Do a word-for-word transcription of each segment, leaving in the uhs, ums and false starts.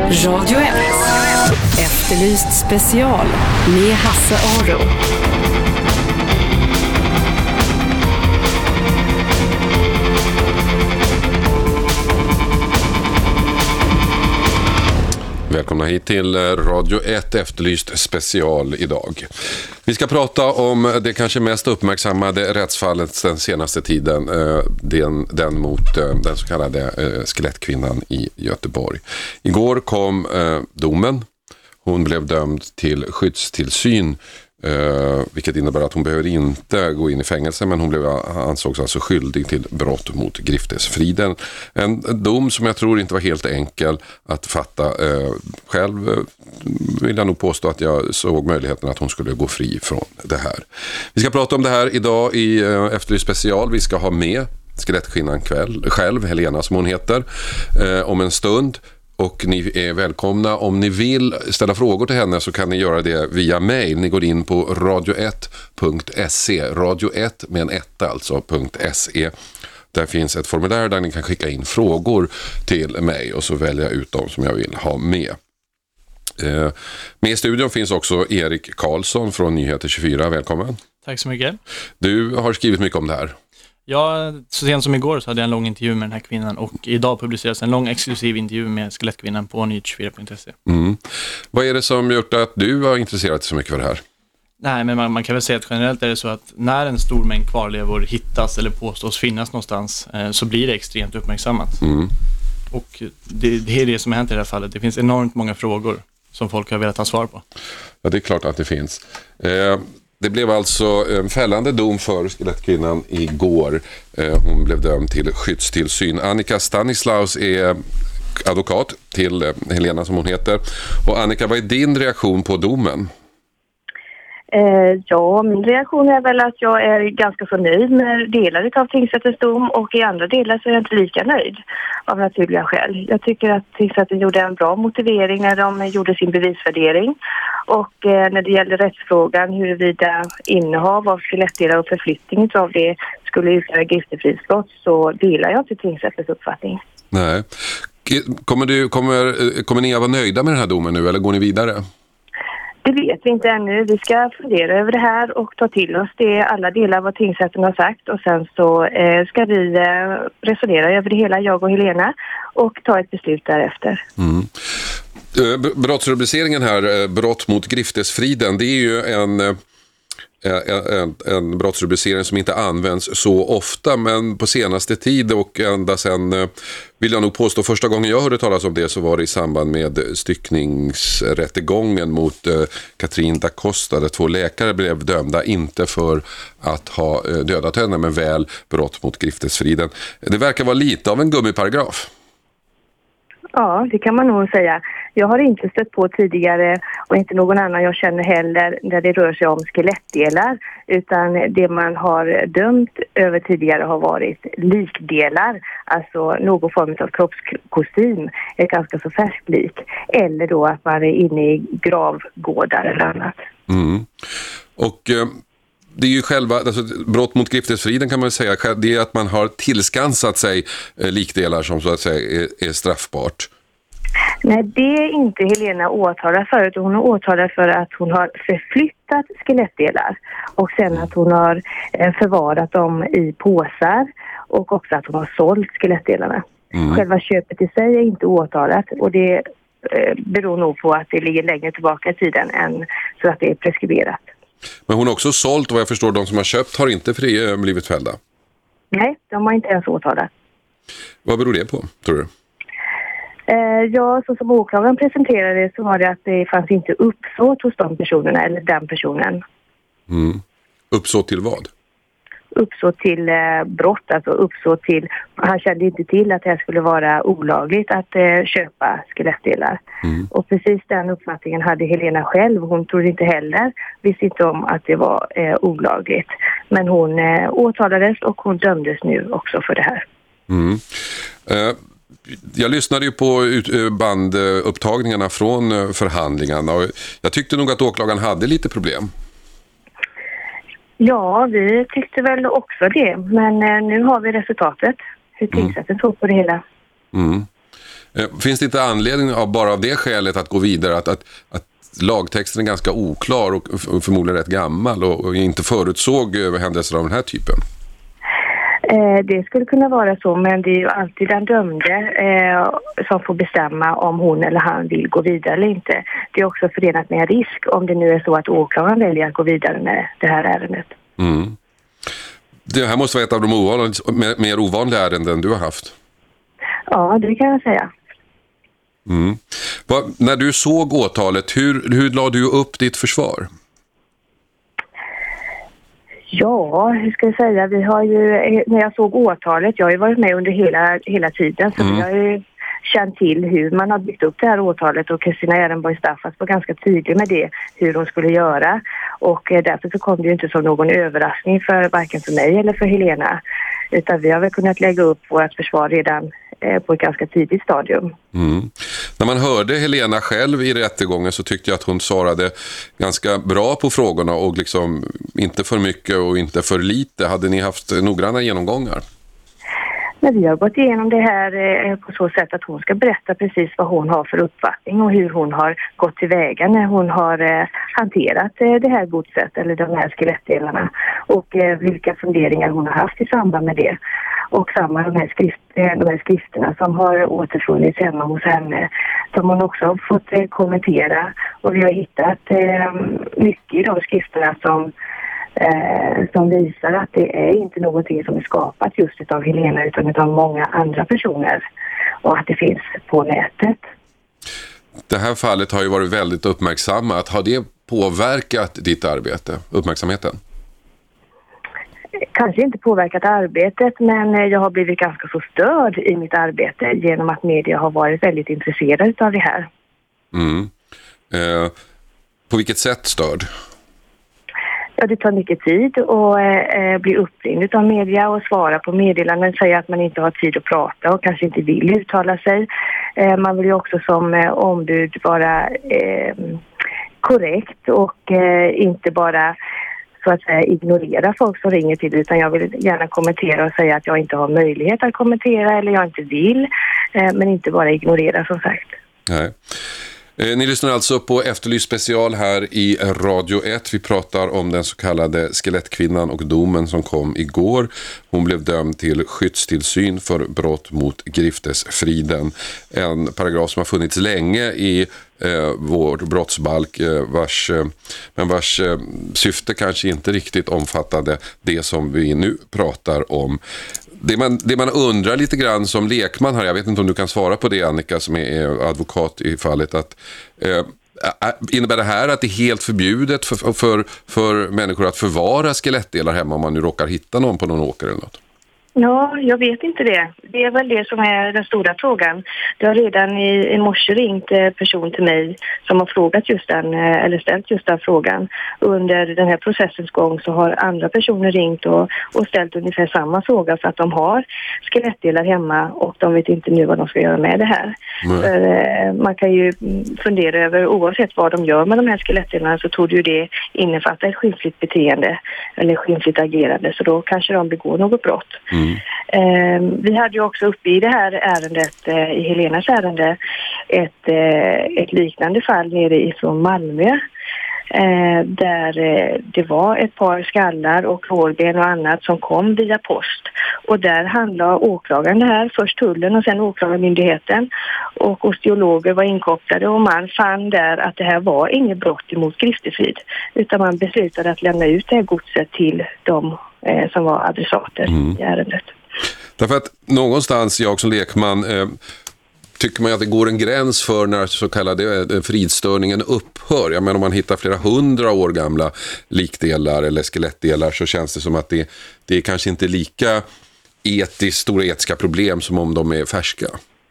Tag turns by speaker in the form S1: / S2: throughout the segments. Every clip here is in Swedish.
S1: Radio ett. Efterlyst special med Hasse Aro.
S2: Välkomna hit till Radio ett Efterlyst special idag. Vi ska prata om det kanske mest uppmärksammade rättsfallet den senaste tiden. Den, den mot den så kallade skelettkvinnan i Göteborg. Igår kom domen. Hon blev dömd till skyddstillsyn. Uh, vilket innebär att hon behöver inte gå in i fängelse, men hon blev ansågs alltså skyldig till brott mot griftesfriden. En dom som jag tror inte var helt enkel att fatta. Uh, själv uh, vill jag nog påstå att jag såg möjligheten att hon skulle gå fri från det här. Vi ska prata om det här idag i uh, Efterlyst special. Vi ska ha med skelettkvinnan kväll, själv, Helena som hon heter, uh, om en stund. Och ni är välkomna. Om ni vill ställa frågor till henne så kan ni göra det via mail. Ni går in på radio ett punkt se. radio ett med en etta alltså, .se. Där finns ett formulär där ni kan skicka in frågor till mig. Och så väljer jag ut dem som jag vill ha med. Eh, med i studion finns också Erik Karlsson från Nyheter tjugofyra. Välkommen.
S3: Tack så mycket.
S2: Du har skrivit mycket om det här.
S3: Ja, så sent som igår så hade jag en lång intervju med den här kvinnan och idag publiceras en lång exklusiv intervju med skelettkvinnan på nyheter tjugofyra punkt se.
S2: Mm. Vad är det som gjort att du har intresserat dig så mycket för det här?
S3: Nej, men man, man kan väl säga att generellt är det så att när en stor mängd kvarlevor hittas eller påstås finnas någonstans eh, så blir det extremt uppmärksammat. Mm. Och det, det är det som har hänt i det här fallet. Det finns enormt många frågor som folk har velat ha svar på.
S2: Ja, det är klart att det finns. Eh... Det blev alltså en fällande dom för skelettkvinnan igår. Hon blev dömd till skyddstillsyn. Annika Stanislaus är advokat till Helena som hon heter. Och Annika, vad är din reaktion på domen?
S4: Eh, ja, min reaktion är väl att jag är ganska så nöjd med delar av tingsrättens dom och i andra delar så är jag inte lika nöjd av naturliga skäl. Jag tycker att tingsrätten gjorde en bra motivering när de gjorde sin bevisvärdering och eh, när det gäller rättsfrågan huruvida innehav av skelettdelar och förflyttning av det skulle utgöra griftefridsbrott så delar jag inte tingsrättens uppfattning.
S2: Nej. Kommer, du, kommer, kommer ni att vara nöjda med den här domen nu eller går ni vidare?
S4: Det vet vi inte ännu. Vi ska fundera över det här och ta till oss det alla delar vad tingsrätten har sagt och sen så eh, ska vi eh, resonera över det hela, jag och Helena, och ta ett beslut därefter.
S2: Mm. Brottsrubriceringen här, brott mot griftesfriden, det är ju en... En, en brottsrubricering som inte används så ofta, men på senaste tid och ända sedan, vill jag nog påstå, första gången jag hörde talas om det så var det i samband med styckningsrättegången mot eh, Katrin da Costa där två läkare blev dömda, inte för att ha eh, dödat henne men väl brott mot griftesfriden. Det verkar vara lite av en gummiparagraf.
S4: Ja, det kan man nog säga. Jag har inte stött på tidigare och inte någon annan jag känner heller där det rör sig om skelettdelar, utan det man har dömt över tidigare har varit likdelar, alltså någon form av kroppskostym, ett ganska så färskt lik, eller då att man är inne i gravgårdar eller annat. Mm.
S2: Och... Eh... Det är ju själva, alltså, brott mot griftesfriden kan man säga, det är att man har tillskansat sig eh, likdelar som så att säga är, är straffbart.
S4: Nej, det är inte Helena åtalad för, utan hon är åtalad för att hon har förflyttat skelettdelar och sen att hon har eh, förvarat dem i påsar och också att hon har sålt skelettdelarna. Mm. Själva köpet i sig är inte åtalat och det eh, beror nog på att det ligger längre tillbaka i tiden än så att det är preskriberat.
S2: Men hon har också sålt, vad jag förstår, de som har köpt har inte fri, blivit fällda.
S4: Nej, de har inte ens åtalat.
S2: Vad beror det på, tror du?
S4: Eh, ja, så som åklagaren presenterade så var det att det fanns inte uppsåt hos de personerna eller den personen.
S2: Mm. Uppsåt till vad?
S4: Uppsåt till eh, brott, alltså uppsåt till, han kände inte till att det skulle vara olagligt att eh, köpa skelettdelar. Mm. Och precis den uppfattningen hade Helena själv. Hon trodde inte heller, visste inte om att det var eh, olagligt. Men hon eh, åtalades och hon dömdes nu också för det här.
S2: Mm. Uh... Jag lyssnade ju på bandupptagningarna från förhandlingarna och jag tyckte nog att åklagaren hade lite problem.
S4: Ja, vi tyckte väl också det. Men nu har vi resultatet. Hur tingsrätten såg på det hela.
S2: Mm. Finns det inte anledning av bara av det skälet att gå vidare, att, att, att lagtexten är ganska oklar och förmodligen rätt gammal och, och inte förutsåg händelser av den här typen?
S4: Eh, det skulle kunna vara så, men det är ju alltid den dömde eh, som får bestämma om hon eller han vill gå vidare eller inte. Det är också förenat med en risk om det nu är så att åklagaren väljer att gå vidare med det här ärendet.
S2: Mm. Det här måste vara ett av de ovanliga, mer ovanliga ärenden du har haft.
S4: Ja, det kan jag säga.
S2: Mm. Va, när du såg åtalet, hur, hur lade du upp ditt försvar?
S4: Ja, hur ska jag säga? Vi har ju, när jag såg åtalet, jag har ju varit med under hela, hela tiden, så mm. vi har ju känt till hur man har byggt upp det här åtalet, och Kristina Ehrenborg Staffas var ganska tydlig med det, hur de skulle göra. Och därför så kom det ju inte som någon överraskning för varken för mig eller för Helena. Utan vi har väl kunnat lägga upp vårt försvar redan eh, på ett ganska tidigt stadium.
S2: Mm. När man hörde Helena själv i rättegången så tyckte jag att hon svarade ganska bra på frågorna och liksom inte för mycket och inte för lite. Hade ni haft noggranna genomgångar?
S4: Men vi har gått igenom det här eh, på så sätt att hon ska berätta precis vad hon har för uppfattning och hur hon har gått tillväga när hon har eh, hanterat eh, det här godset eller de här skelettdelarna, och eh, vilka funderingar hon har haft i samband med det. Och samma de här, skrift, eh, de här skrifterna som har återfunnits hemma hos henne, som hon också har fått eh, kommentera. Och vi har hittat eh, mycket i de skrifterna som Eh, som visar att det är inte någonting som är skapat just av Helena utan av många andra personer, och att det finns på nätet.
S2: Det här fallet har ju varit väldigt uppmärksammat. Har det påverkat ditt arbete, uppmärksamheten?
S4: Kanske inte påverkat arbetet, men jag har blivit ganska så störd i mitt arbete genom att media har varit väldigt intresserade av det här.
S2: Mm. Eh, på vilket sätt störd?
S4: Ja, det tar mycket tid att eh, bli uppringd av media och svara på meddelanden, säga att man inte har tid att prata och kanske inte vill uttala sig. Eh, man vill ju också som eh, ombud vara eh, korrekt och eh, inte bara så att säga ignorera folk som ringer till, utan jag vill gärna kommentera och säga att jag inte har möjlighet att kommentera eller jag inte vill, eh, men inte bara ignorera som sagt.
S2: Nej. Ni lyssnar alltså på Efterlyst special här i Radio ett. Vi pratar om den så kallade skelettkvinnan och domen som kom igår. Hon blev dömd till skyddstillsyn för brott mot griftesfriden. En paragraf som har funnits länge i eh, vår brottsbalk, eh, vars, eh, men vars eh, syfte kanske inte riktigt omfattade det som vi nu pratar om. Det man, det man undrar lite grann som lekman här, jag vet inte om du kan svara på det, Annika, som är advokat i fallet, att eh, innebär det här att det är helt förbjudet för, för, för människor att förvara skelettdelar hemma om man nu råkar hitta någon på någon åker eller något?
S4: Ja, jag vet inte det. Det är väl det som är den stora frågan. Det har redan i, i morse ringt en person till mig som har frågat just den, eller ställt just den frågan. Under den här processens gång så har andra personer ringt och, och ställt ungefär samma fråga, för att de har skelettdelar hemma och de vet inte nu vad de ska göra med det här. För, eh, man kan ju fundera över, oavsett vad de gör med de här skelettdelarna, så tror ju det innefatta ett skymfligt beteende eller skymfligt agerande, så då kanske de begår något brott. Mm. Mm. Eh, vi hade ju också uppe i det här ärendet, eh, i Helenas ärende, ett, eh, ett liknande fall nere ifrån Malmö. Eh, där eh, det var ett par skallar och lårben och annat som kom via post. Och där handlade åklagaren det här, först tullen och sen åklagarmyndigheten. Och osteologer var inkopplade och man fann där att det här var inget brott emot griftefrid. Utan man beslutade att lämna ut det här godset till de eh, som var adressater mm. i ärendet.
S2: Därför att någonstans, jag som lekman... Eh... tycker man att det går en gräns för när så kallade fridstörningen upphör. Jag menar, om man hittar flera hundra år gamla likdelar eller skelettdelar så känns det som att det, det är kanske inte lika etiskt stora etiska problem som om de är färska.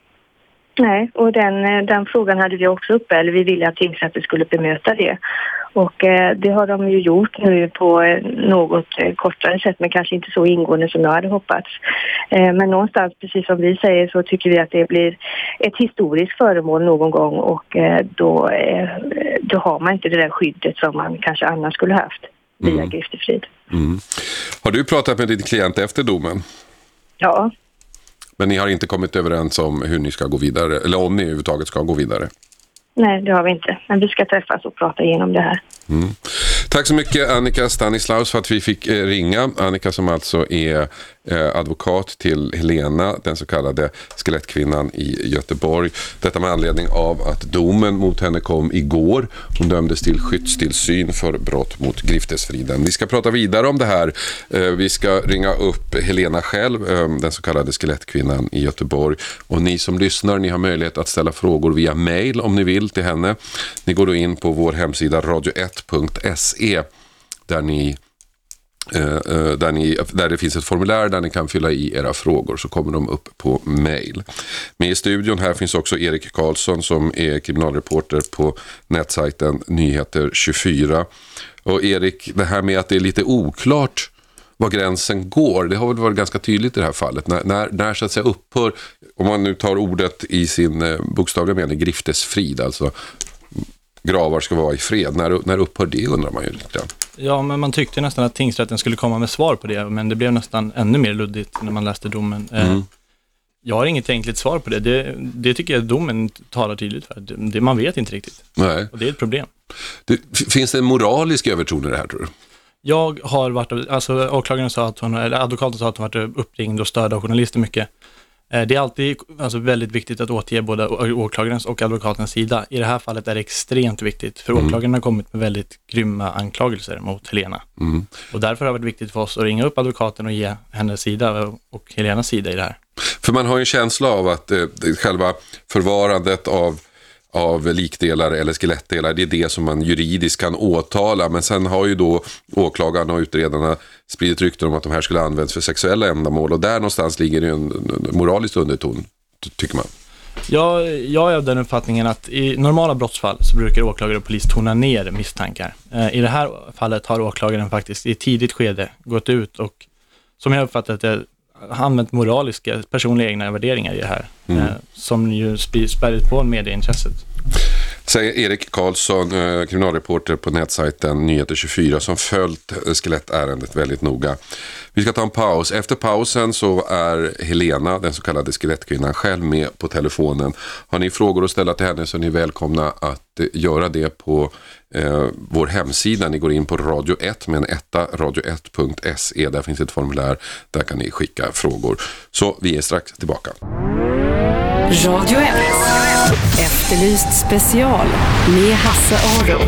S4: Nej, och den, den frågan hade vi också uppe, eller vi ville att tingsrätten skulle bemöta det. Och eh, det har de ju gjort nu på eh, något eh, kortare sätt, men kanske inte så ingående som jag hade hoppats. Eh, men någonstans, precis som vi säger, så tycker vi att det blir ett historiskt föremål någon gång, och eh, då, eh, då har man inte det där skyddet som man kanske annars skulle haft via mm. griftefrid.
S2: Mm. Har du pratat med din klient efter domen?
S4: Ja.
S2: Men ni har inte kommit överens om hur ni ska gå vidare, eller om ni överhuvudtaget ska gå vidare?
S4: Nej, det har vi inte. Men vi ska träffas och prata igenom det här.
S2: Mm. Tack så mycket Annika Stanislaus för att vi fick eh, ringa. Annika som alltså är eh, advokat till Helena, den så kallade skelettkvinnan i Göteborg. Detta med anledning av att domen mot henne kom igår. Hon dömdes till skyddstillsyn för brott mot griftesfriden. Vi ska prata vidare om det här. Eh, vi ska ringa upp Helena själv, eh, den så kallade skelettkvinnan i Göteborg. Och ni som lyssnar, ni har möjlighet att ställa frågor via mail om ni vill till henne. Ni går då in på vår hemsida radio ett punkt se där ni, eh, där ni där det finns ett formulär där ni kan fylla i era frågor, så kommer de upp på mail. Med i studion här finns också Erik Karlsson som är kriminalreporter på nätsajten Nyheter tjugofyra. Och Erik, det här med att det är lite oklart var gränsen går, det har väl varit ganska tydligt i det här fallet. När, när, när så att säga upphör, om man nu tar ordet i sin eh, bokstavliga mening, griftesfrid, alltså gravar ska vara i fred. När, när upphör det, undrar man ju lite.
S3: Ja, men man tyckte nästan att tingsrätten skulle komma med svar på det, men det blev nästan ännu mer luddigt när man läste domen. Mm. Jag har inget enkelt svar på det. Det, det tycker jag domen talar tydligt för. Det, det man vet inte riktigt.
S2: Nej.
S3: Och det är ett problem.
S2: Det, finns det en moralisk överton i det här, tror du?
S3: Jag har varit, alltså åklagaren sa att hon, eller advokaten sa att hon varit uppringd och störd av journalister mycket. Det är alltid alltså, väldigt viktigt att återge både åklagarens och advokatens sida. I det här fallet är det extremt viktigt, för mm. åklagaren har kommit med väldigt grymma anklagelser mot Helena. Mm. Och därför har det varit viktigt för oss att ringa upp advokaten och ge hennes sida och Helenas sida i det här. För
S2: man har ju en känsla av att eh, själva förvarandet av av likdelar eller skelettdelar, det är det som man juridiskt kan åtala, men sen har ju då åklagarna och utredarna spridit rykten om att de här skulle användas för sexuella ändamål, och där någonstans ligger det ju en, en moralisk underton, tycker man.
S3: Ja, jag är av den uppfattningen att i normala brottsfall så brukar åklagare och polis tona ner misstankar. I det här fallet har åklagaren faktiskt i ett tidigt skede gått ut och, som jag uppfattat det, använt moraliska, personliga egna värderingar i det här, mm. eh, som ju spärrat på medieintresset.
S2: Säger Erik Karlsson, eh, kriminalreporter på nätsajten Nyheter tjugofyra, som följt skelettärendet väldigt noga. Vi ska ta en paus. Efter pausen så är Helena, den så kallade skelettkvinnan, själv med på telefonen. Har ni frågor att ställa till henne så är ni välkomna att eh, göra det på eh, vår hemsida. Ni går in på radio ett med en etta, radio ett punkt se. Där finns ett formulär, där kan ni skicka frågor. Så vi är strax tillbaka.
S1: Radio ett. Efterlyst special med Hasse Aro.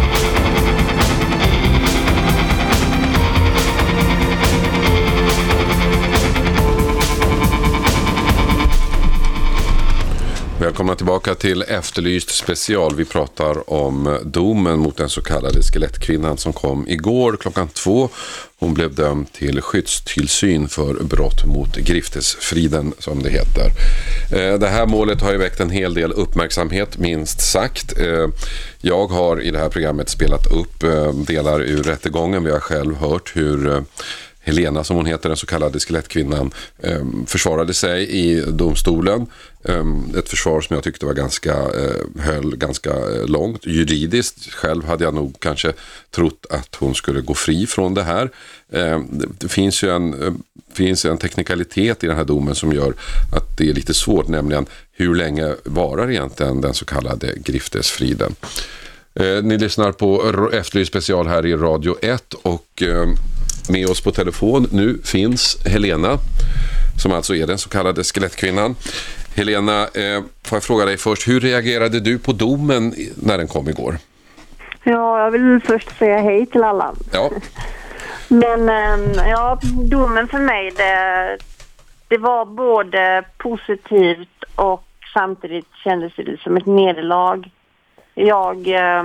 S2: Välkomna tillbaka till Efterlyst special. Vi pratar om domen mot den så kallade skelettkvinnan som kom igår klockan två. Hon blev dömd till skyddstillsyn för brott mot griftesfriden, som det heter. Det här målet har ju väckt en hel del uppmärksamhet, minst sagt. Jag har i det här programmet spelat upp delar ur rättegången. Vi har själv hört hur Helena, som hon heter, den så kallade skelettkvinnan, eh, försvarade sig i domstolen. Eh, ett försvar som jag tyckte var ganska, eh, höll ganska eh, långt juridiskt. Själv hade jag nog kanske trott att hon skulle gå fri från det här. Eh, det finns ju en, eh, finns en teknikalitet i den här domen som gör att det är lite svårt, nämligen hur länge varar egentligen den så kallade griftesfriden. Eh, ni lyssnar på Efterlyst special här i Radio ett, och eh, med oss på telefon nu finns Helena, som alltså är den så kallade skelettkvinnan. Helena, eh, får jag fråga dig först, hur reagerade du på domen när den kom igår?
S5: Ja, jag vill först säga hej till alla.
S2: Ja.
S5: Men eh, ja, domen för mig, det, det var både positivt och samtidigt kändes det som ett nederlag. Jag... Eh,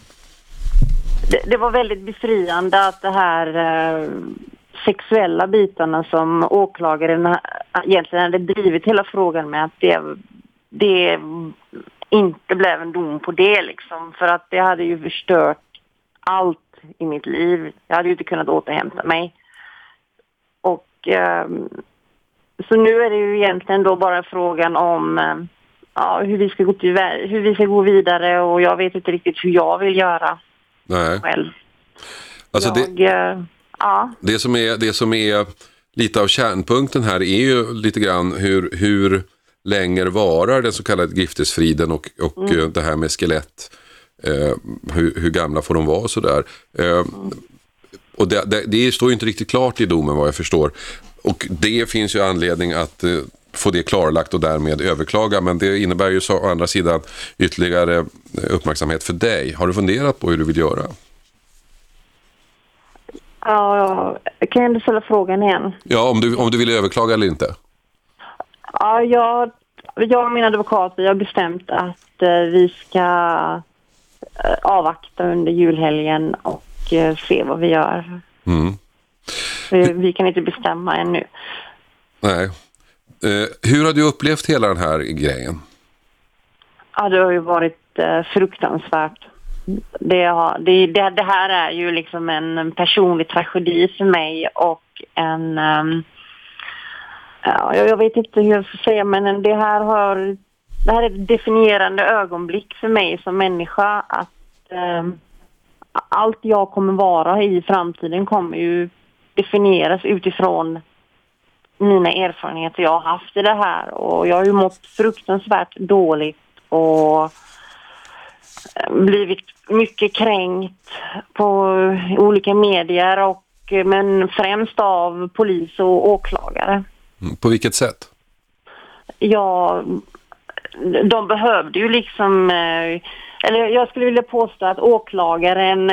S5: Det, det var väldigt befriande att det här eh, sexuella bitarna som åklagaren egentligen hade drivit hela frågan med, att det, det inte blev en dom på det liksom, för att det hade ju förstört allt i mitt liv. Jag hade ju inte kunnat återhämta mig. Och eh, så nu är det ju egentligen då bara frågan om eh, ja, hur vi ska gå till, hur vi ska gå vidare, och jag vet inte riktigt hur jag vill göra.
S2: Nej.
S5: Själv.
S2: Alltså
S5: jag,
S2: det,
S5: äh, ja.
S2: det som är, det som är lite av kärnpunkten här är ju lite grann hur, hur länge varar den så kallade griftesfriden och, och mm. det här med skelett. Eh, hur, hur gamla får de vara och sådär. Eh, mm. Och det, det, det står ju inte riktigt klart i domen vad jag förstår. Och det finns ju anledning att eh, få det klarlagt och därmed överklaga. Men det innebär ju så, å andra sidan ytterligare uppmärksamhet för dig. Har du funderat på hur du vill göra?
S5: Ja, kan jag ställa frågan igen?
S2: Ja, om du, om du vill överklaga eller inte.
S5: Ja, jag, jag och min advokat, vi har bestämt att eh, vi ska eh, avvakta under julhelgen och eh, se vad vi gör.
S2: Mm.
S5: Vi, vi kan inte bestämma ännu.
S2: Nej. Eh, hur har du upplevt hela den här grejen?
S5: Ja, det har ju varit eh, fruktansvärt. Det, har, det, det, det här är ju liksom en personlig tragedi för mig och en... Um, ja, jag vet inte hur jag ska säga, men det här, har, det här är ett definierande ögonblick för mig som människa. Att um, allt jag kommer vara i framtiden kommer ju definieras utifrån mina erfarenheter jag har haft i det här. Och jag har ju mått fruktansvärt dåligt och blivit mycket kränkt på olika medier och men främst av polis och åklagare.
S2: På vilket sätt?
S5: Ja, de behövde ju liksom, eller jag skulle vilja påstå att åklagaren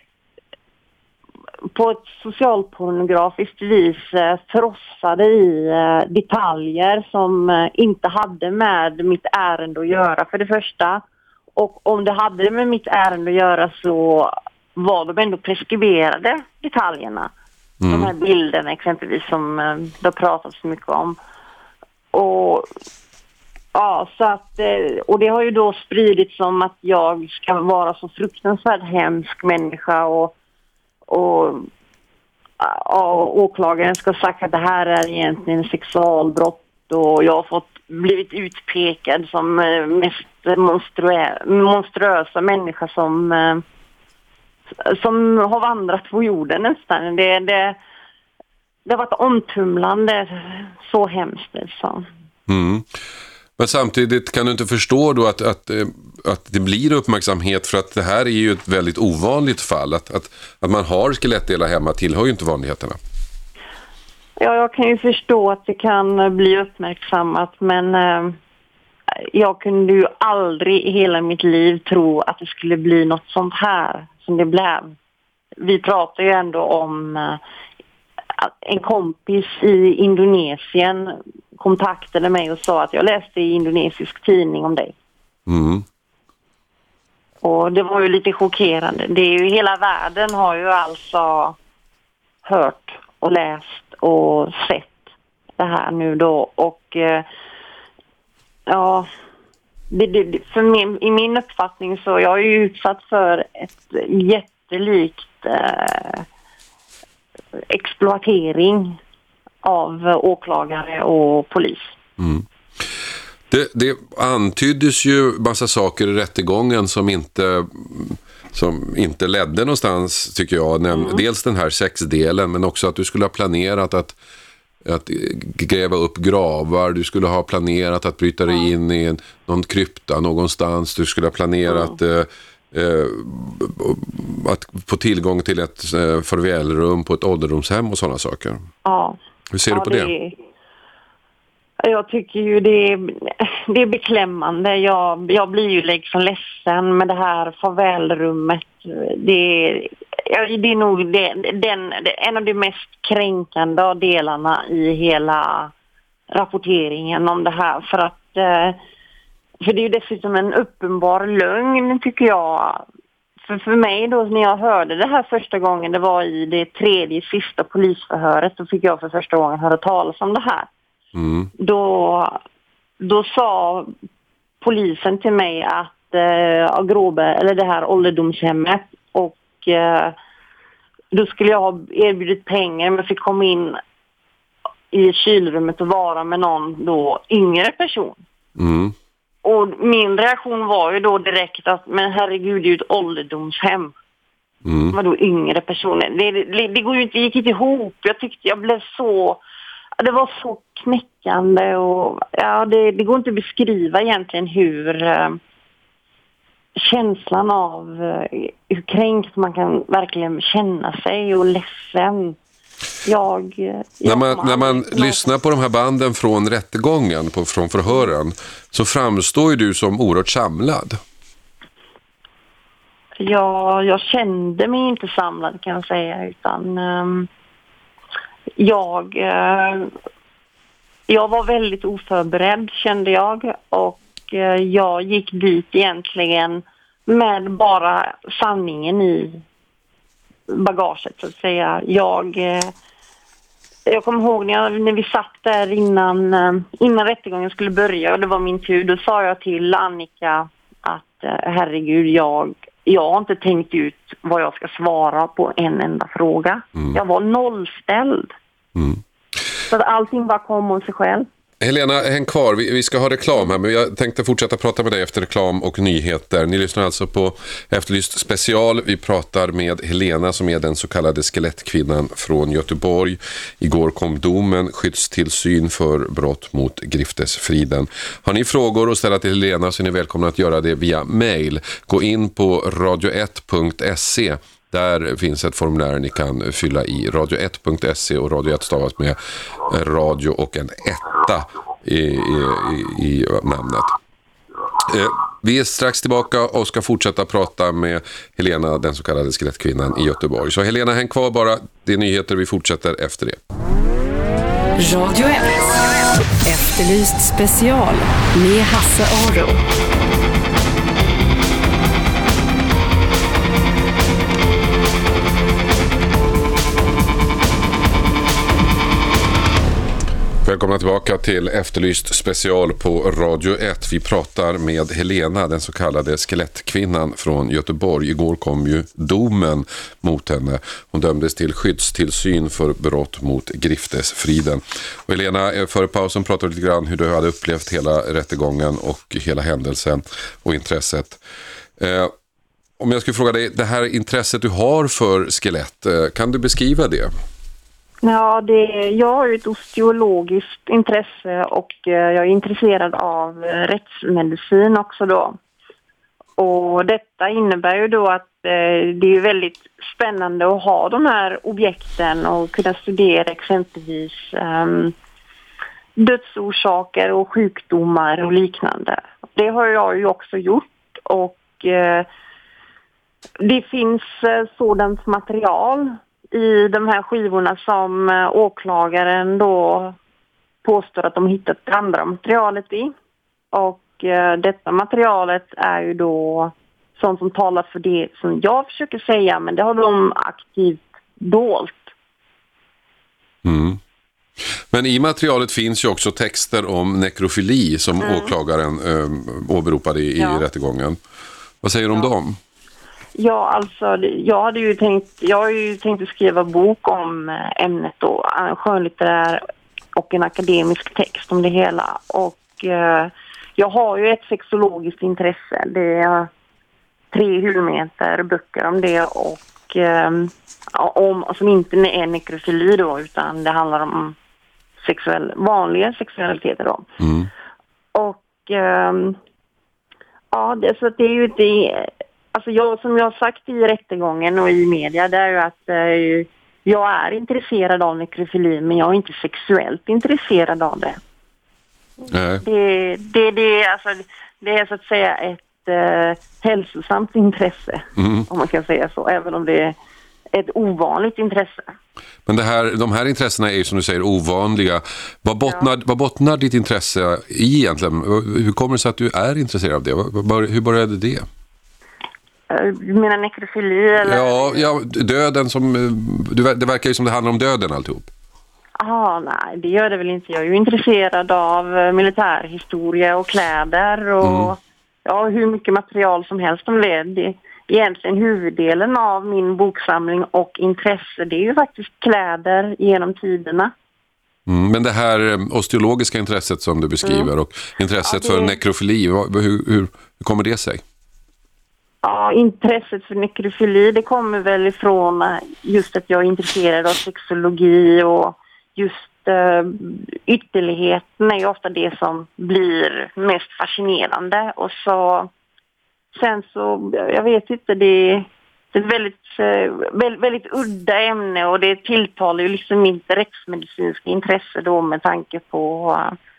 S5: på ett socialpornografiskt vis frossade i detaljer som inte hade med mitt ärende att göra för det första. Och om det hade med mitt ärende att göra så var de ändå preskriberade detaljerna. Mm. De här bilderna exempelvis som det har pratats så mycket om. Och ja, så att, och det har ju då spridits som att jag ska vara så fruktansvärt hemsk människa och, och, och åklagaren ska ha sagt att det här är egentligen sexualbrott och jag har fått blivit utpekad som mest monstruö- monstruösa människa som, som har vandrat på jorden nästan. Det, det, det har varit omtumlande, så hemskt. Så.
S2: Mm. Men samtidigt kan du inte förstå då att, att, att det blir uppmärksamhet för att det här är ju ett väldigt ovanligt fall. Att, att, att man har skelettdelar hemma tillhör ju inte vanligheterna.
S5: Ja, jag kan ju förstå att det kan bli uppmärksammat, men eh, jag kunde ju aldrig i hela mitt liv tro att det skulle bli något sånt här som det blev. Vi pratar ju ändå om eh, en kompis i Indonesien kontaktade mig och sa att jag läste i indonesisk tidning om dig.
S2: Mm.
S5: Och det var ju lite chockerande. Det är ju, hela världen har ju alltså hört och läst och sett det här nu då. Och eh, ja, det, det, för min, i min uppfattning så jag är ju utsatt för ett jättelikt eh, exploatering av åklagare och polis. Mm.
S2: Det, det antyddes ju massa saker i rättegången som inte, som inte ledde någonstans, tycker jag. Mm. Dels den här sexdelen, men också att du skulle ha planerat att, att gräva upp gravar. Du skulle ha planerat att bryta dig mm. in i en, någon krypta någonstans. Du skulle ha planerat mm. eh, att få tillgång till ett eh, farvälrum på ett ålderdomshem och sådana saker.
S5: Ja.
S2: Hur ser
S5: ja,
S2: du på
S5: det?
S2: det?
S5: Jag tycker ju det är, det är beklämmande. Jag, jag blir ju liksom ledsen med det här farvälrummet. Det är, det är nog det, den, en av de mest kränkande delarna i hela rapporteringen om det här. För att för det är ju dessutom en uppenbar lögn, tycker jag. För, för mig då, när jag hörde det här första gången, det var i det tredje sista polisförhöret, så fick jag för första gången höra talas om det här. Mm. Då, då sa polisen till mig att eh, Grobe, eller det här ålderdomshemmet, och eh, då skulle jag ha erbjudit pengar, men fick komma in i kylrummet och vara med någon då yngre person. Mm. Och min reaktion var ju då direkt att, men herregud, det är ju ett ålderdomshem. Mm. Vadå yngre personer? Det, det, det går ju inte, det gick inte ihop. Jag tyckte jag blev så... Det var så knäckande och ja, det, det går inte att beskriva egentligen hur uh, känslan av uh, hur kränkt man kan verkligen känna sig och ledsen. Jag, jag
S2: när man, när man lyssnar på de här banden från rättegången, på, från förhören, så framstår ju du som oerhört samlad.
S5: Ja, jag kände mig inte samlad kan jag säga, utan um, jag, uh, jag var väldigt oförberedd kände jag, och uh, jag gick dit egentligen med bara sanningen i bagaget så att säga. Jag, uh, jag kommer ihåg när, jag, när vi satt där innan, uh, innan rättegången skulle börja och det var min tur, då sa jag till Annika att uh, herregud, jag Jag har inte tänkt ut vad jag ska svara på en enda fråga. Mm. Jag var nollställd. Mm. Så att allting bara kom om sig själv.
S2: Helena, häng kvar. Vi, vi ska ha reklam här, men jag tänkte fortsätta prata med dig efter reklam och nyheter. Ni lyssnar alltså på Efterlyst special. Vi pratar med Helena som är den så kallade skelettkvinnan från Göteborg. Igår kom domen, skyddstillsyn för brott mot griftesfriden. Har ni frågor att ställa till Helena så är ni välkomna att göra det via mail. Gå in på radio ett punkt se. Där finns ett formulär ni kan fylla i. radio ett punkt se, och Radio ett stavas med radio och en etta i, i, i, i namnet. Eh, vi är strax tillbaka och ska fortsätta prata med Helena, den så kallade skelettkvinnan i Göteborg. Så Helena, häng kvar bara. Det är nyheter, vi fortsätter efter det.
S1: Radio ett. Efterlyst special med Hasse Aro.
S2: Välkomna tillbaka till Efterlyst special på Radio ett. Vi pratar med Helena, den så kallade skelettkvinnan från Göteborg. Igår kom ju domen mot henne. Hon dömdes till skyddstillsyn för brott mot griftesfriden. Och Helena, före pausen pratade lite grann hur du hade upplevt hela rättegången och hela händelsen och intresset. Eh, om jag skulle fråga dig, det här intresset du har för skelett, eh, kan du beskriva det?
S5: Ja, det, jag har ju ett osteologiskt intresse och jag är intresserad av rättsmedicin också då. Och detta innebär ju då att eh, det är väldigt spännande att ha de här objekten och kunna studera exempelvis eh, dödsorsaker och sjukdomar och liknande. Det har jag ju också gjort, och eh, det finns eh, sådant material i de här skivorna som åklagaren då påstår att de hittat det andra materialet i. Och eh, detta materialet är ju då sånt som talar för det som jag försöker säga, men det har de aktivt dolt.
S2: Mm. Men i materialet finns ju också texter om nekrofili som mm. åklagaren eh, åberopade i, ja. i rättegången. Vad säger du om ja. dem?
S5: Ja, alltså jag hade ju tänkt, jag har ju tänkt att skriva bok om ämnet då, skönlitterär och en akademisk text om det hela. Och eh, jag har ju ett sexologiskt intresse. Det är tre hyllmeter böcker om det, och eh, om, som inte är nekrofili då, utan det handlar om sexuell, vanliga sexualiteter då. Mm. Och eh, ja, det, så det är ju det. Alltså jag, som jag har sagt i rättegången och i media, det är ju att eh, jag är intresserad av nekrofili, men jag är inte sexuellt intresserad av det. Nej. Det, det, det, alltså, det är så att säga ett eh, hälsosamt intresse, mm. om man kan säga så, även om det är ett ovanligt intresse.
S2: Men det här, de här intressena är ju som du säger ovanliga. Vad bottnar, ja. vad bottnar ditt intresse i egentligen? Hur kommer det sig att du är intresserad av det? Hur började det?
S5: Du menar nekrofili eller?
S2: Ja, ja, döden som, det verkar ju som det handlar om döden alltihop.
S5: Ja, nej, det gör det väl inte. Jag är ju intresserad av militärhistoria och kläder och mm. ja, hur mycket material som helst om det. det. Egentligen huvuddelen av min boksamling och intresse, det är ju faktiskt kläder genom tiderna.
S2: Mm, men det här osteologiska intresset som du beskriver mm. och intresset ja, det... för nekrofili, hur, hur, hur kommer det sig?
S5: Ja, ja, intresset för nekrofili, det kommer väl ifrån just att jag är intresserad av sexologi och just uh, ytterligheten är ju ofta det som blir mest fascinerande. Och så sen så, jag vet inte, det Det är ett väldigt, väldigt, väldigt udda ämne och det tilltalar ju liksom inte rättsmedicinska intresse då med tanke på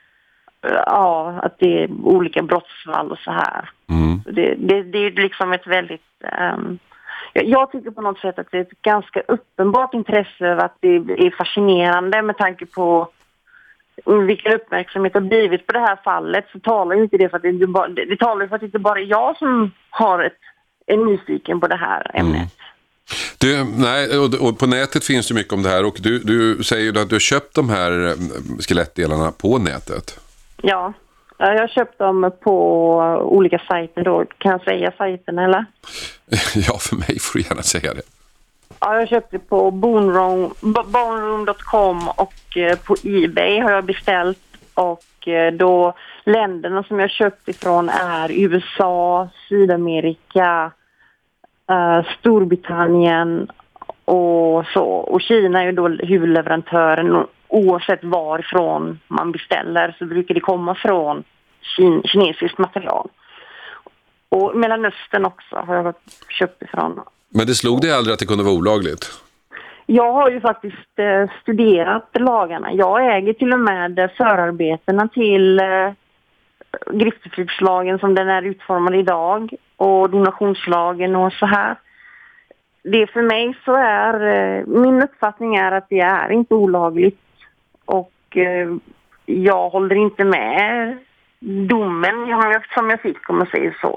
S5: ja, att det är olika brottsfall och så här. Mm. Det, det, det är liksom ett väldigt... Um, jag tycker på något sätt att det är ett ganska uppenbart intresse av att det är fascinerande med tanke på vilken uppmärksamhet har blivit på det här fallet, så talar ju inte det för att det, bara, det, det talar för att det inte bara är jag som har ett är nyfiken på det här ämnet. Mm.
S2: Du, nej, och, och på nätet finns det mycket om det här och du, du säger ju att du har köpt de här skelettdelarna på nätet.
S5: Ja, jag har köpt dem på olika sajter då. Kan jag säga sajten eller?
S2: Ja, för mig får du gärna säga det.
S5: Ja, jag köpte på bone room, bone room dot com och på eBay har jag beställt och då länderna som jag köpt ifrån är U S A, Sydamerika, uh, Storbritannien och så. Och Kina är ju då huvudleverantören. Oavsett varifrån man beställer så brukar det komma från kin- kinesiskt material. Och Mellanöstern också har jag köpt ifrån.
S2: Men det slog dig aldrig att det kunde vara olagligt?
S5: Jag har ju faktiskt eh, studerat lagarna. Jag äger till och med förarbetena till eh, griftefridslagen som den är utformad idag och donationslagen och så här. Det för mig så är, eh, min uppfattning är att det är inte olagligt och eh, jag håller inte med domen jag, som jag fick om man säger så.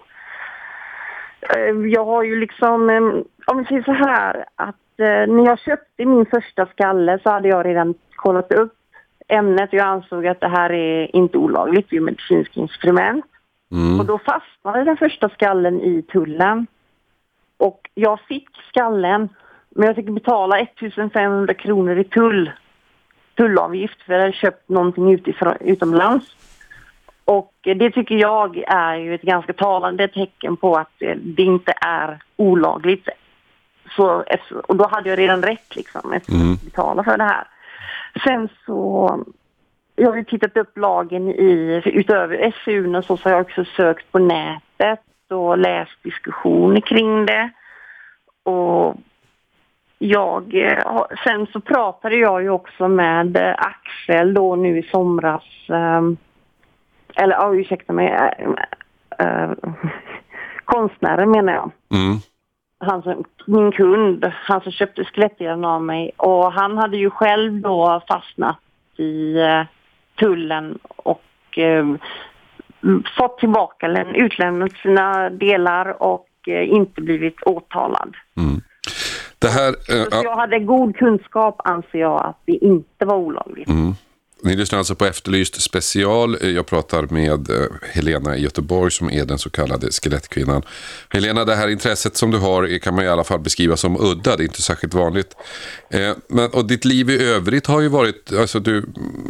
S5: Eh, jag har ju liksom, eh, om vi säger så här att när jag köpte min första skalle så hade jag redan kollat upp ämnet och jag ansåg att det här är inte olagligt vid medicinsk instrument. Mm. Och då fastnade den första skallen i tullen. Och jag fick skallen, men jag fick betala ettusenfemhundra kronor i tull. Tullavgift för att jag hade köpt någonting utifrån, utomlands. Och det tycker jag är ju ett ganska talande tecken på att det inte är olagligt. Så, och då hade jag redan rätt liksom, att mm. betala för det här. Sen så, jag har ju tittat upp lagen i, utöver S U och så, så har jag också sökt på nätet och läst diskussioner kring det. Och jag, sen så pratade jag ju också med Axel då nu i somras, eller ja, ursäkta mig, äh, äh, konstnären menar jag. Mm. Han som, min kund, han som köpte skelettdelen av mig, och han hade ju själv då fastnat i uh, tullen och uh, fått tillbaka eller utlämnat sina delar och uh, inte blivit åtalad. Mm.
S2: Det här, uh,
S5: Så jag hade god kunskap, anser jag, att det inte var olagligt. Mm.
S2: Ni lyssnar alltså på Efterlyst special. Jag pratar med Helena i Göteborg som är den så kallade skelettkvinnan. Helena, det här intresset som du har kan man i alla fall beskriva som udda. Det är inte särskilt vanligt. Eh, men, och ditt liv i övrigt har ju varit alltså du,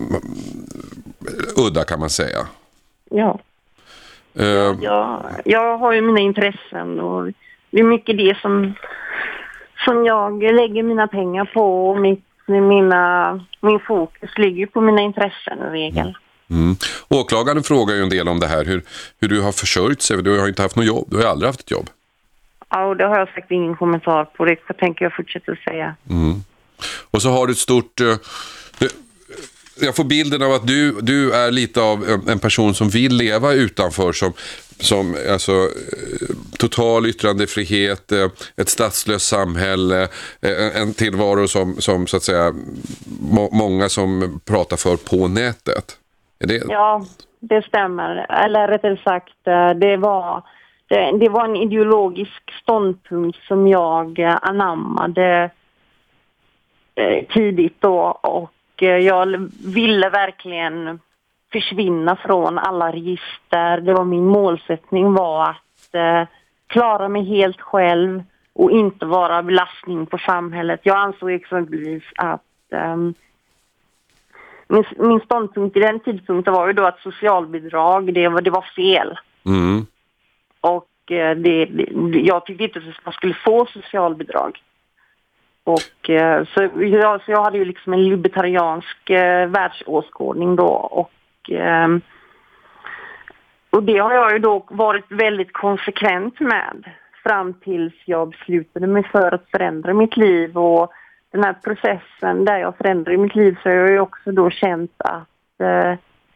S2: udda kan man säga.
S5: Ja. Eh. ja. Jag har ju mina intressen och det är mycket det som, som jag lägger mina pengar på och mitt Mina, min fokus ligger på mina intressen i regel.
S2: Mm. Åklagaren frågar ju en del om det här, hur, hur du har försörjt sig. Du har inte haft något jobb, du har aldrig haft ett jobb.
S5: Ja, och det har jag sagt ingen kommentar på, det tänker jag fortsätta säga. Mm.
S2: Och så har du ett stort... Uh, jag får bilden av att du, du är lite av en person som vill leva utanför, som, som alltså, total yttrandefrihet, ett statslöst samhälle, en tillvaro som, som så att säga må, många som pratar för på nätet. Är det...
S5: Ja, det stämmer. Eller rättare sagt, det var, det, det var en ideologisk ståndpunkt som jag anammade tidigt då, och jag ville verkligen försvinna från alla register. Det var min målsättning var att eh, klara mig helt själv och inte vara belastning på samhället. Jag ansåg exempelvis att eh, min, min ståndpunkt i den tidpunkten var ju då att socialbidrag, det var, det var fel. Mm. Och det, det, jag tyckte inte att man skulle få socialbidrag. Och, så, jag, så jag hade ju liksom en libertariansk eh, världsåskådning då. Och, eh, och det har jag ju då varit väldigt konsekvent med fram tills jag beslutade mig för att förändra mitt liv. Och den här processen där jag förändrar mitt liv, så har jag ju också då känt att eh,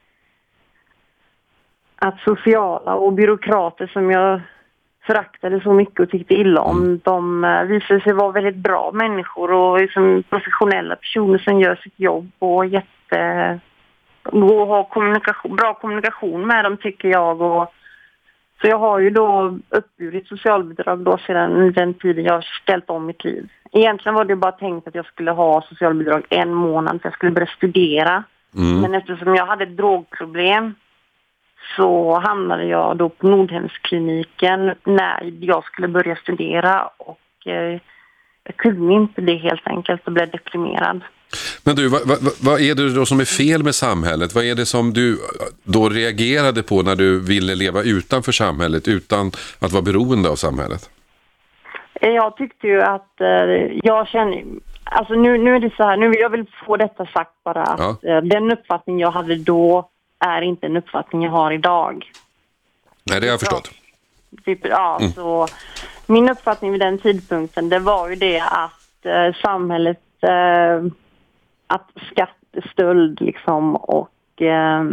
S5: att sociala och byråkrater som jag föraktade så mycket och tyckte illa om, mm. de uh, visade sig vara väldigt bra människor och liksom professionella personer som gör sitt jobb och jätte och har kommunikation, bra kommunikation med dem, tycker jag. Och så jag har ju då uppburit socialbidrag då sedan den tiden jag har ställt om mitt liv. Egentligen var det bara tänkt att jag skulle ha socialbidrag en månad för jag skulle börja studera. Mm. Men eftersom jag hade ett drogproblem så hamnade jag då på Nordhemskliniken när jag skulle börja studera, och eh, jag kunde inte det helt enkelt och blev deprimerad.
S2: Men du, vad, vad, vad är det då som är fel med samhället? Vad är det som du då reagerade på när du ville leva utanför samhället utan att vara beroende av samhället?
S5: Jag tyckte ju att eh, jag känner, alltså nu, nu är det så här, nu jag vill få detta sagt bara, att ja. eh, den uppfattning jag hade då är inte en uppfattning jag har idag.
S2: Nej, det har jag förstått.
S5: Typ, ja, mm. så min uppfattning vid den tidpunkten, det var ju det att eh, samhället, eh, att skattestöld liksom, och eh,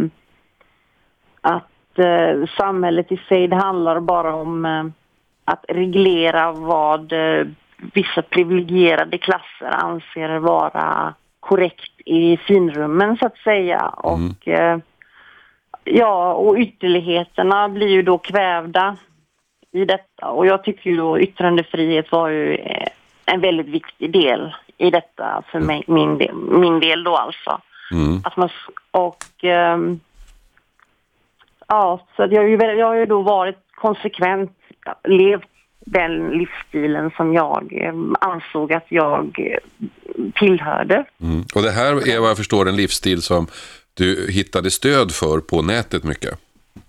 S5: att eh, samhället i sig, det handlar bara om eh, att reglera vad eh, vissa privilegierade klasser anser vara korrekt i finrummen, så att säga. Mm. Och eh, ja, och ytterligheterna blir ju då kvävda i detta. Och jag tycker ju då yttrandefrihet var ju en väldigt viktig del i detta för mig, min del, min del då alltså. Mm. Att man, och um, ja, så jag har, ju, jag har ju då varit konsekvent, levt den livsstilen som jag um, ansåg att jag uh, tillhörde.
S2: Mm. Och det här är vad jag förstår en livsstil som du hittade stöd för på nätet mycket?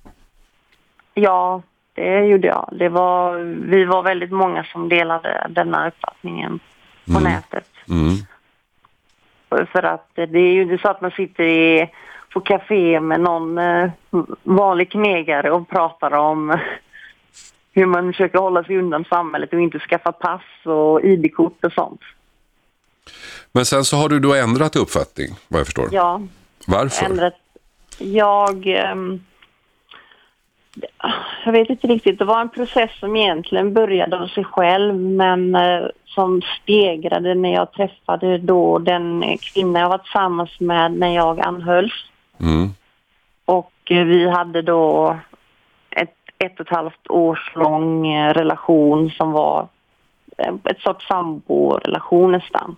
S5: Ja, det gjorde jag. Det var, vi var väldigt många som delade denna uppfattningen på mm. nätet. Mm. För att det är ju inte så att man sitter i, på café med någon eh, vanlig knegare och pratar om hur man försöker hålla sig undan samhället och inte skaffa pass och I D-kort och sånt.
S2: Men sen så har du då ändrat uppfattning, vad jag förstår.
S5: Ja.
S2: Varför?
S5: Ändrat. Jag, um, jag vet inte riktigt. Det var en process som egentligen började av sig själv, men uh, som stegrade när jag träffade då den kvinna jag var tillsammans med när jag anhölls. Mm. Och uh, vi hade då ett, ett och ett halvt års lång uh, relation som var uh, ett sorts sambo-relation nästan.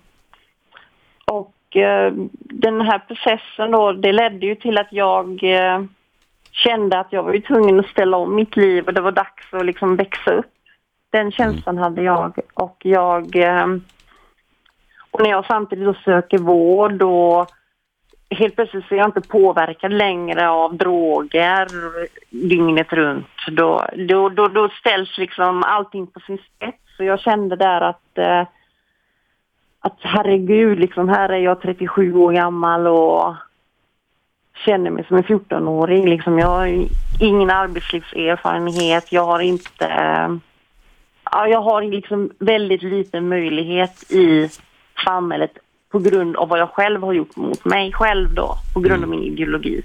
S5: Och den här processen då, det ledde ju till att jag eh, kände att jag var ju tvungen att ställa om mitt liv och det var dags att liksom växa upp. Den känslan hade jag, och jag eh, och när jag samtidigt då söker vård och helt plötsligt så är jag inte påverkad längre av droger dygnet runt. Då, då, då, då ställs liksom allting på sin spets, så jag kände där att eh, att herregud, liksom, här är jag trettiosju år gammal och känner mig som en fjortonåring. Liksom, jag har ingen arbetslivserfarenhet. Jag har inte... Ja, jag har liksom väldigt liten möjlighet i samhället på grund av vad jag själv har gjort mot mig själv då. På grund av min ideologi.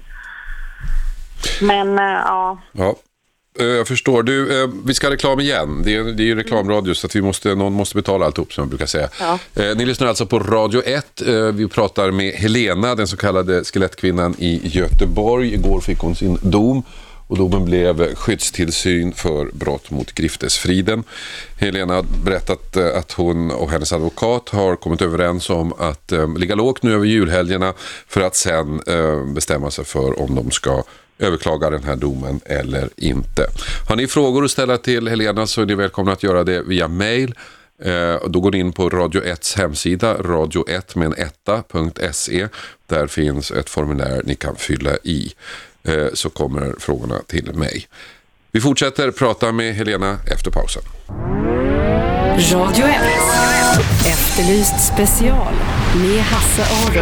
S5: Men, ja... ja.
S2: Jag förstår. Du, eh, vi ska ha reklam igen. Det är, det är ju reklamradio, så att vi måste, någon måste betala alltihop, som jag brukar säga. Ja. Eh, ni lyssnar alltså på Radio ett. Eh, vi pratar med Helena, den så kallade skelettkvinnan i Göteborg. Igår fick hon sin dom, och domen blev skyddstillsyn för brott mot griftesfriden. Helena har berättat eh, att hon och hennes advokat har kommit överens om att eh, ligga lågt nu över julhelgerna för att sen eh, bestämma sig för om de ska överklaga den här domen eller inte. Har ni frågor att ställa till Helena så är ni välkomna att göra det via mail. Eh, då går ni in på Radio etts hemsida, radio ett med en etta punkt se. Där finns ett formulär ni kan fylla i. Eh, så kommer frågorna till mig. Vi Vi fortsätter prata med Helena efter pausen.
S1: Radio ett. Efterlyst special med Hasse Aro.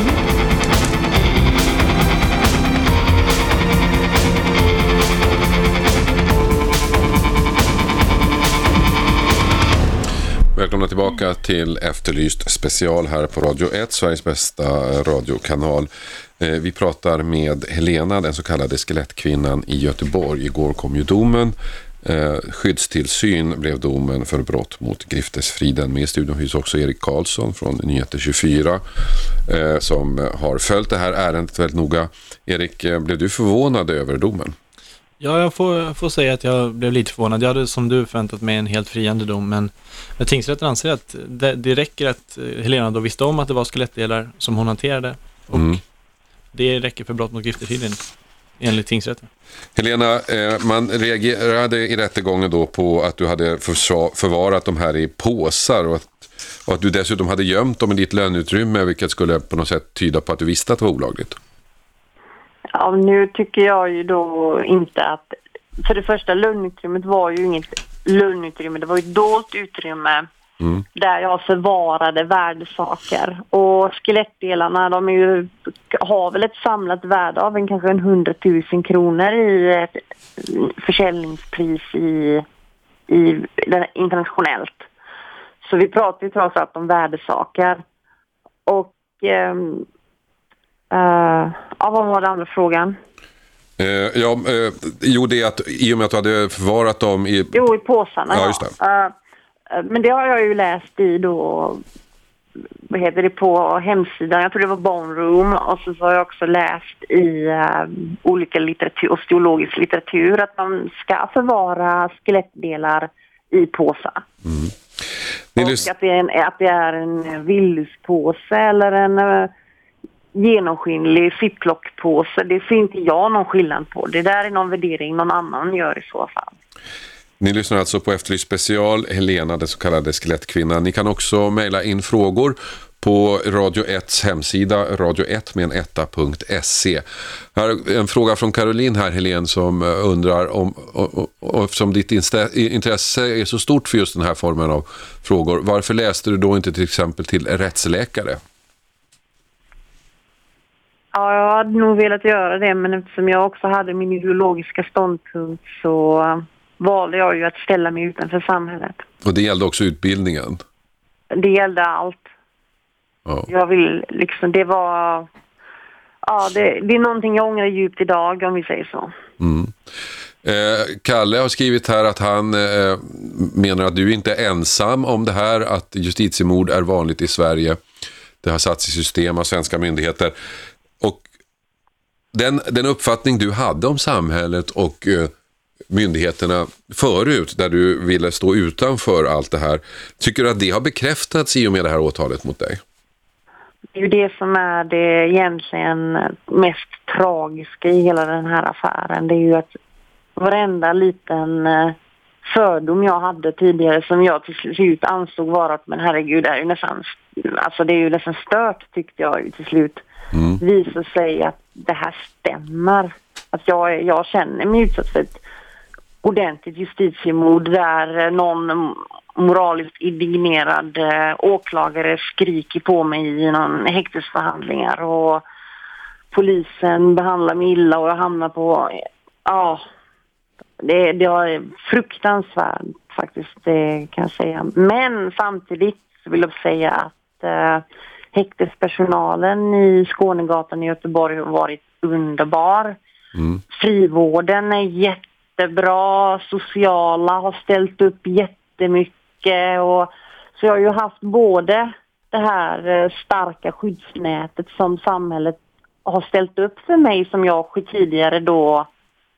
S2: Välkomna tillbaka till Efterlyst special här på Radio ett, Sveriges bästa radiokanal. Vi pratar med Helena, den så kallade skelettkvinnan i Göteborg. Igår kom ju domen. Skyddstillsyn blev domen för brott mot griftesfriden. Med i studion finns också Erik Karlsson från Nyheter tjugofyra som har följt det här ärendet väldigt noga. Erik, blev du förvånad över domen?
S3: Ja, jag får, får säga att jag blev lite förvånad. Jag hade som du förväntat mig en helt friande dom, men tingsrätten anser att det, det räcker att Helena då visste om att det var skelettdelar som hon hanterade, och mm. det räcker för brott mot griftesfriden enligt tingsrätten.
S2: Helena, man reagerade i rättegången då på att du hade förvarat de här i påsar och att, och att du dessutom hade gömt dem i ditt löneutrymme, vilket skulle på något sätt tyda på att du visste att det var olagligt.
S5: Ja, nu tycker jag ju då inte att... För det första, lönnutrymmet var ju inget lönnutrymme. Det var ju ett dolt utrymme mm. där jag förvarade värdesaker. Och skelettdelarna, de är ju, har väl ett samlat värde av en, kanske en hundratusen kronor i ett försäljningspris i, i, internationellt. Så vi pratar ju trots allt om värdesaker. Och... Ehm, Uh, ja, vad var den andra frågan?
S2: Uh, ja, uh, jo, det är att i och med att du hade förvarat dem i...
S5: Jo, i påsarna,
S2: ja. Just det.
S5: Uh, men det har jag ju läst i då, vad heter det, på hemsidan. Jag tror det var Barnroom. Och så har jag också läst i uh, olika litteratur, osteologisk litteratur, att man ska förvara skelettdelar i påsar. Mm. Och lys- att, det är en, att det är en villuspåse eller en... Uh, genomskinlig ziplockpåse, det finns inte jag någon skillnad på. Det där är någon värdering någon annan gör i så fall.
S2: Ni lyssnar alltså på Efterlyst special, Helena, den så kallade skelettkvinnan. Ni kan också mejla in frågor på Radio etts hemsida, radio ett med en etta punkt se. Här är en fråga från Caroline här, Helene, som undrar om, och, och, och, eftersom ditt intresse är så stort för just den här formen av frågor, varför läste du då inte till exempel till rättsläkare?
S5: Ja, jag hade nog velat göra det, men eftersom jag också hade min ideologiska ståndpunkt så valde jag ju att ställa mig utanför samhället.
S2: Och det gällde också utbildningen?
S5: Det gällde allt.
S2: Ja.
S5: Jag vill liksom, det var... Ja, det, det är någonting jag ångrar djupt idag, om vi säger så.
S2: Mm. Eh, Kalle har skrivit här att han eh, menar att du inte är ensam om det här, att justitiemord är vanligt i Sverige. Det har satts i system av svenska myndigheter. Och den, den uppfattning du hade om samhället och eh, myndigheterna förut, där du ville stå utanför allt det här, tycker du att det har bekräftats i och med det här åtalet mot dig?
S5: Det är ju det som är det egentligen mest tragiska i hela den här affären. Det är ju att varenda liten fördom jag hade tidigare, som jag till slut ansåg vara att, men herregud, det är ju nästan, alltså det är ju nästan stört, tyckte jag ju till slut. Mm. Visar sig att det här stämmer. Att jag, jag känner mig utsatt för ett ordentligt justitiemord där någon moraliskt indignerad eh, åklagare skriker på mig i någon häktesförhandlingar och polisen behandlar mig illa och jag hamnar på, ja, det, det är fruktansvärt faktiskt, det kan jag säga. Men samtidigt så vill jag säga att eh, häktespersonalen i Skånegatan i Göteborg har varit underbar. Mm. Frivården är jättebra, sociala har ställt upp jättemycket, och så jag har ju haft både det här starka skyddsnätet som samhället har ställt upp för mig, som jag tidigare då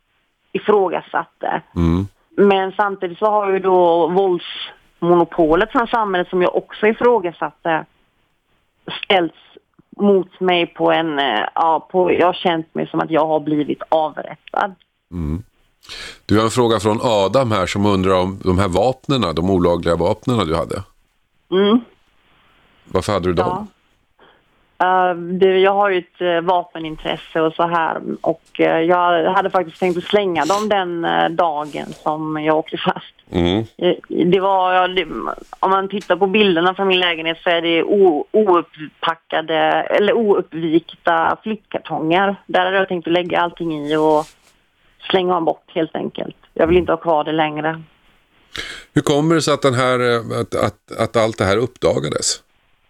S5: ifrågasatte. Mm. Men samtidigt så har ju då våldsmonopolet från samhället, som jag också ifrågasatte, ställts mot mig på en, ja, på, jag har känt mig som att jag har blivit avrättad. Mm.
S2: Du har en fråga från Adam här som undrar om de här vapnena, de olagliga vapnena du hade. Mm. Varför hade du dem?
S5: Uh, det, jag har ju ett uh, vapenintresse och så här. Och uh, jag hade faktiskt tänkt att slänga dem den uh, dagen som jag åkte fast.
S2: Mm.
S5: Uh, det var, ja, det, om man tittar på bilderna från min lägenhet så är det o, ouppackade eller ouppvikta flyttkartonger. Där hade jag tänkt att lägga allting i och slänga dem bort helt enkelt. Jag vill inte ha kvar det längre.
S2: Hur kommer det sig att, den här, att, att, att allt det här uppdagades?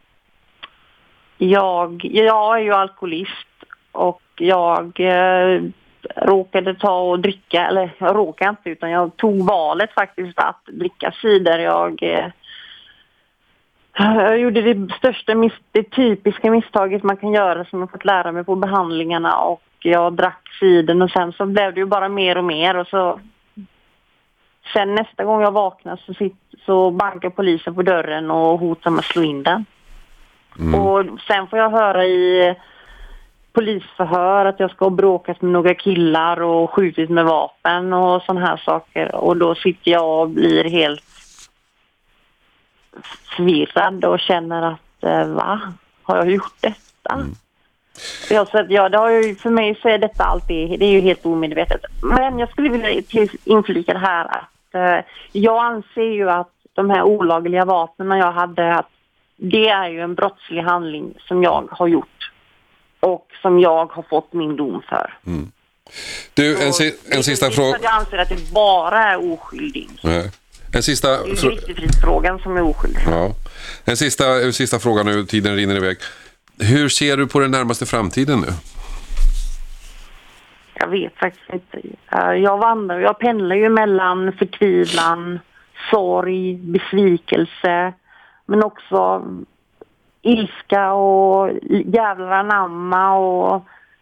S5: Jag, jag är ju alkoholist och jag eh, råkade ta och dricka, eller jag råkade inte utan jag tog valet faktiskt att dricka cider. Jag, eh, jag gjorde det största, mis- det typiska misstaget man kan göra som jag fått lära mig på behandlingarna och jag drack cidern och sen så blev det ju bara mer och mer och så sen nästa gång jag vaknade så, sitt, så bankar polisen på dörren och hotar med att slå in den. Mm. Och sen får jag höra i polisförhör att jag ska ha bråkat med några killar och skjutit med vapen och såna här saker. Och då sitter jag och blir helt förvirrad och känner att eh, va? Har jag gjort detta? Mm. Jag sa att ja, det har ju, för mig så är detta alltid, det är ju helt omedvetet. Men jag skulle vilja inflika det här att eh, jag anser ju att de här olagliga vapnen jag hade, att det är ju en brottslig handling som jag har gjort och som jag har fått min dom för.
S2: Mm. Du, en, si- en sista fråga.
S5: Jag anser att det bara är oskyldig.
S2: Nej. En sista
S5: det är ju riktigt som är oskyldig.
S2: Ja. En sista, en sista fråga nu, tiden rinner iväg. Hur ser du på den närmaste framtiden nu?
S5: Jag vet faktiskt inte. Jag vandrar, jag pendlar ju mellan förtvivlan, sorg, besvikelse, men också ilska och jävlar anamma och,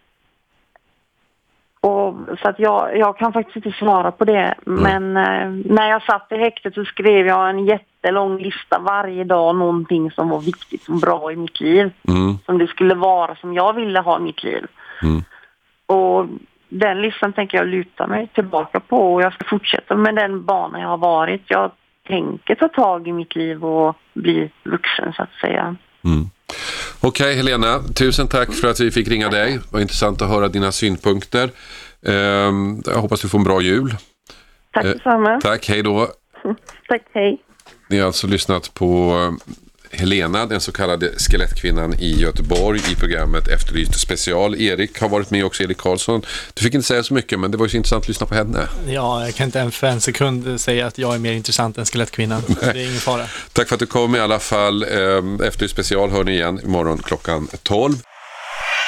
S5: och så att jag, jag kan faktiskt inte svara på det. Mm. Men eh, när jag satt i häktet så skrev jag en jättelång lista varje dag, någonting som var viktigt och bra i mitt liv. Mm. Som det skulle vara som jag ville ha i mitt liv. Mm. Och den listan tänker jag luta mig tillbaka på och jag ska fortsätta med den bana jag har varit. Jag tänker ta tag i mitt liv och bli vuxen så att säga.
S2: Mm. Okej, okay, Helena, tusen tack för att vi fick ringa dig. Det var intressant att höra dina synpunkter. Um, jag hoppas du får en bra jul.
S5: Tack detsamma.
S2: Uh, tack, hej då.
S5: Tack, hej.
S2: Ni har alltså lyssnat på Helena, den så kallade skelettkvinnan i Göteborg i programmet Efterlyst special. Erik har varit med också, Erik Karlsson. Du fick inte säga så mycket, men det var ju så intressant att lyssna på henne.
S3: Ja, jag kan inte för en sekund säga att jag är mer intressant än skelettkvinnan. Det är ingen fara.
S2: Tack för att du kom i alla fall. Efterlyst special hör ni igen imorgon klockan tolv.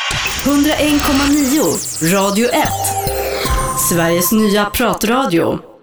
S1: hundraen komma nio Radio ett. Sveriges nya pratradio.